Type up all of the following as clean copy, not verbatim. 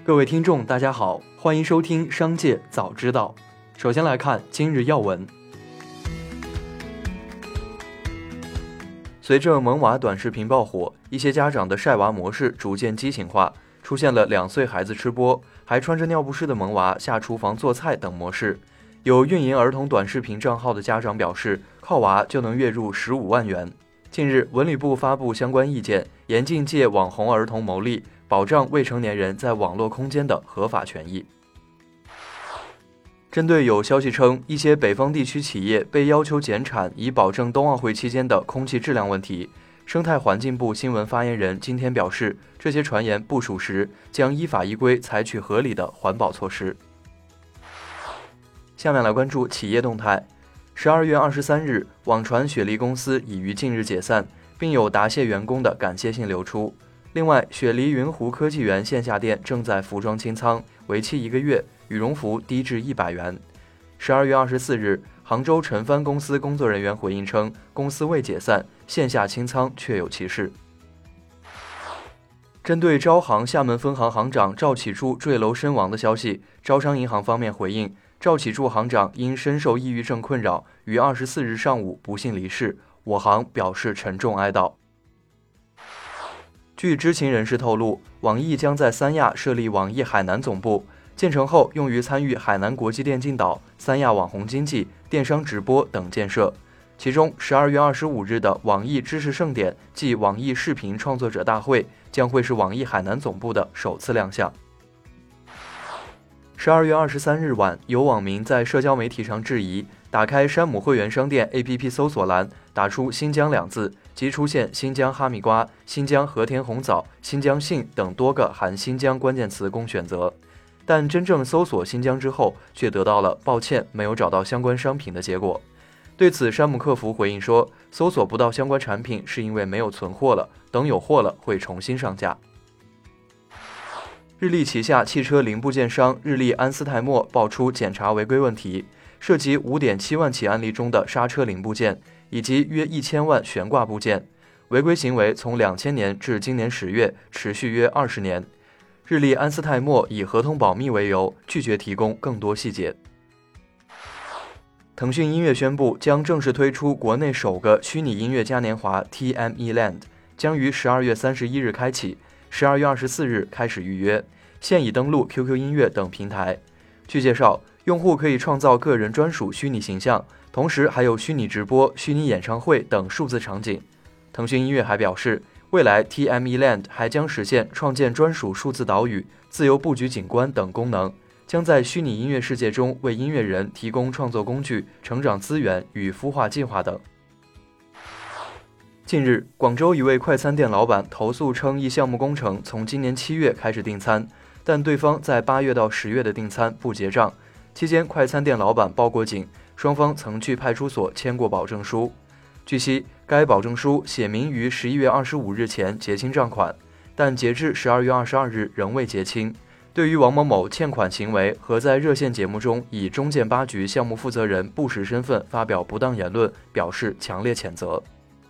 各位听众，大家好，欢迎收听《商界早知道》。首先来看今日要闻。随着萌娃短视频爆火，一些家长的晒娃模式逐渐畸形化，出现了2岁孩子吃播，还穿着尿不湿的萌娃下厨房做菜等模式。有运营儿童短视频账号的家长表示，靠娃就能月入15万元。近日，文旅部发布相关意见，严禁借网红儿童牟利，保障未成年人在网络空间的合法权益。针对有消息称一些北方地区企业被要求减产以保证冬奥会期间的空气质量问题，生态环境部新闻发言人今天表示，这些传言不属实，将依法依规采取合理的环保措施。下面来关注企业动态。12月23日，网传雪梨公司已于近日解散，并有答谢员工的感谢信流出。另外，雪梨云湖科技园线下店正在服装清仓，为期1个月，羽绒服低至100元。12月24日，杭州晨帆公司工作人员回应称，公司未解散，线下清仓确有其事。针对招行厦门分行行长赵启柱坠楼身亡的消息，招商银行方面回应，赵启柱行长因深受抑郁症困扰，于24日上午不幸离世，我行表示沉重哀悼。据知情人士透露，网易将在三亚设立网易海南总部，建成后用于参与海南国际电竞岛、三亚网红经济、电商直播等建设。其中12月25日的网易知识盛典暨网易视频创作者大会将会是网易海南总部的首次亮相。12月23日晚，有网民在社交媒体上质疑，打开山姆会员商店 APP 搜索栏，打出新疆2字，即出现新疆哈密瓜、新疆和田红枣、新疆杏等多个含新疆关键词供选择。但真正搜索新疆之后，却得到了抱歉，没有找到相关商品的结果。对此，山姆客服回应说，搜索不到相关产品是因为没有存货了，等有货了会重新上架。日立旗下汽车零部件商日立安斯泰莫爆出检查违规问题，涉及5.7万起案例中的刹车零部件以及约1000万悬挂部件，违规行为从2000年至今年10月，持续约20年。日立安斯泰莫以合同保密为由，拒绝提供更多细节。腾讯音乐宣布将正式推出国内首个虚拟音乐嘉年华 TME Land， 将于12月31日开启，12月24日开始预约，现已登录 QQ 音乐等平台。据介绍，用户可以创造个人专属虚拟形象，同时还有虚拟直播、虚拟演唱会等数字场景。腾讯音乐还表示，未来 TME Land 还将实现创建专属数字岛屿、自由布局景观等功能，将在虚拟音乐世界中为音乐人提供创作工具、成长资源与孵化计划等。近日，广州一位快餐店老板投诉称，一项目工程从今年7月开始订餐，但对方在8月到10月的订餐不结账，期间快餐店老板报过警，双方曾去派出所签过保证书。据悉，该保证书写明于11月25日前结清账款，但截至12月22日仍未结清。对于王某某欠款行为和在热线节目中以中建八局项目负责人不实身份发表不当言论，表示强烈谴责。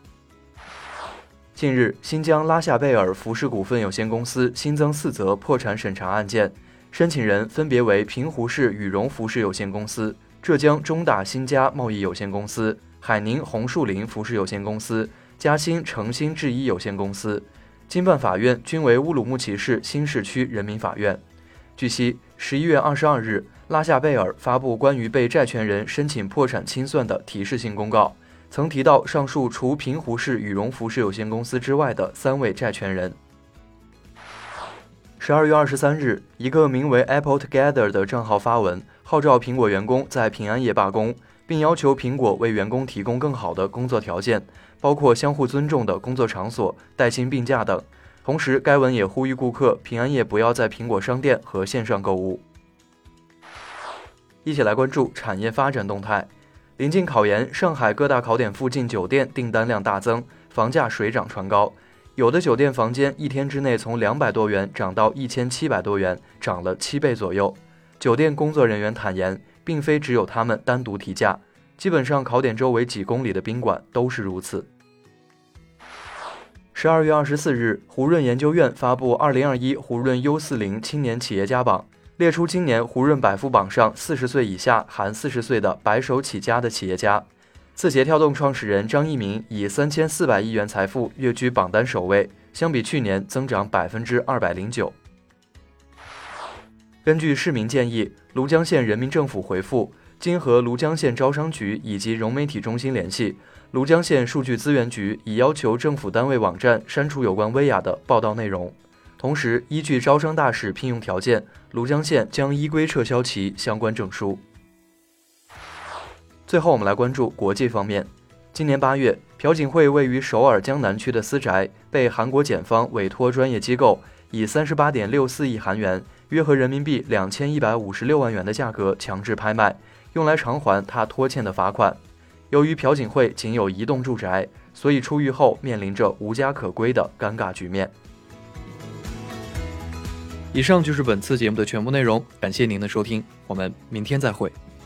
近日，新疆拉夏贝尔服饰股份有限公司新增4则破产审查案件，申请人分别为平湖市羽绒服饰有限公司、浙江中大新家贸易有限公司、海宁红树林服饰有限公司、嘉兴诚新制衣有限公司。经办法院均为乌鲁木齐市新市区人民法院。据悉，11月22日，拉夏贝尔发布关于被债权人申请破产清算的提示性公告，曾提到上述除平湖市羽绒服饰有限公司之外的3位债权人。12月23日，一个名为 Apple Together 的账号发文，号召苹果员工在平安夜罢工，并要求苹果为员工提供更好的工作条件，包括相互尊重的工作场所、带薪病假等。同时，该文也呼吁顾客平安夜不要在苹果商店和线上购物。一起来关注产业发展动态。临近考研，上海各大考点附近酒店订单量大增，房价水涨船高。有的酒店房间1天之内从200多元涨到1700多元，涨了7倍左右。酒店工作人员坦言，并非只有他们单独提价，基本上考点周围几公里的宾馆都是如此。 12月24日，胡润研究院发布2021胡润 U40 青年企业家榜，列出今年胡润百富榜上40岁以下含40岁的白手起家的企业家。字节跳动创始人张一鸣以3400亿元财富跃居榜单首位，相比去年增长209%。根据市民建议，庐江县人民政府回复，经和庐江县招商局以及融媒体中心联系，庐江县数据资源局已要求政府单位网站删除有关薇娅的报道内容。同时，依据招商大使聘用条件，庐江县将依规撤销其相关证书。最后，我们来关注国际方面。今年8月，朴槿惠位于首尔江南区的私宅被韩国检方委托专业机构以38.64亿韩元，约合人民币2156万元的价格强制拍卖，用来偿还他拖欠的罚款。由于朴槿惠仅有一栋住宅，所以出狱后面临着无家可归的尴尬局面。以上就是本次节目的全部内容，感谢您的收听，我们明天再会。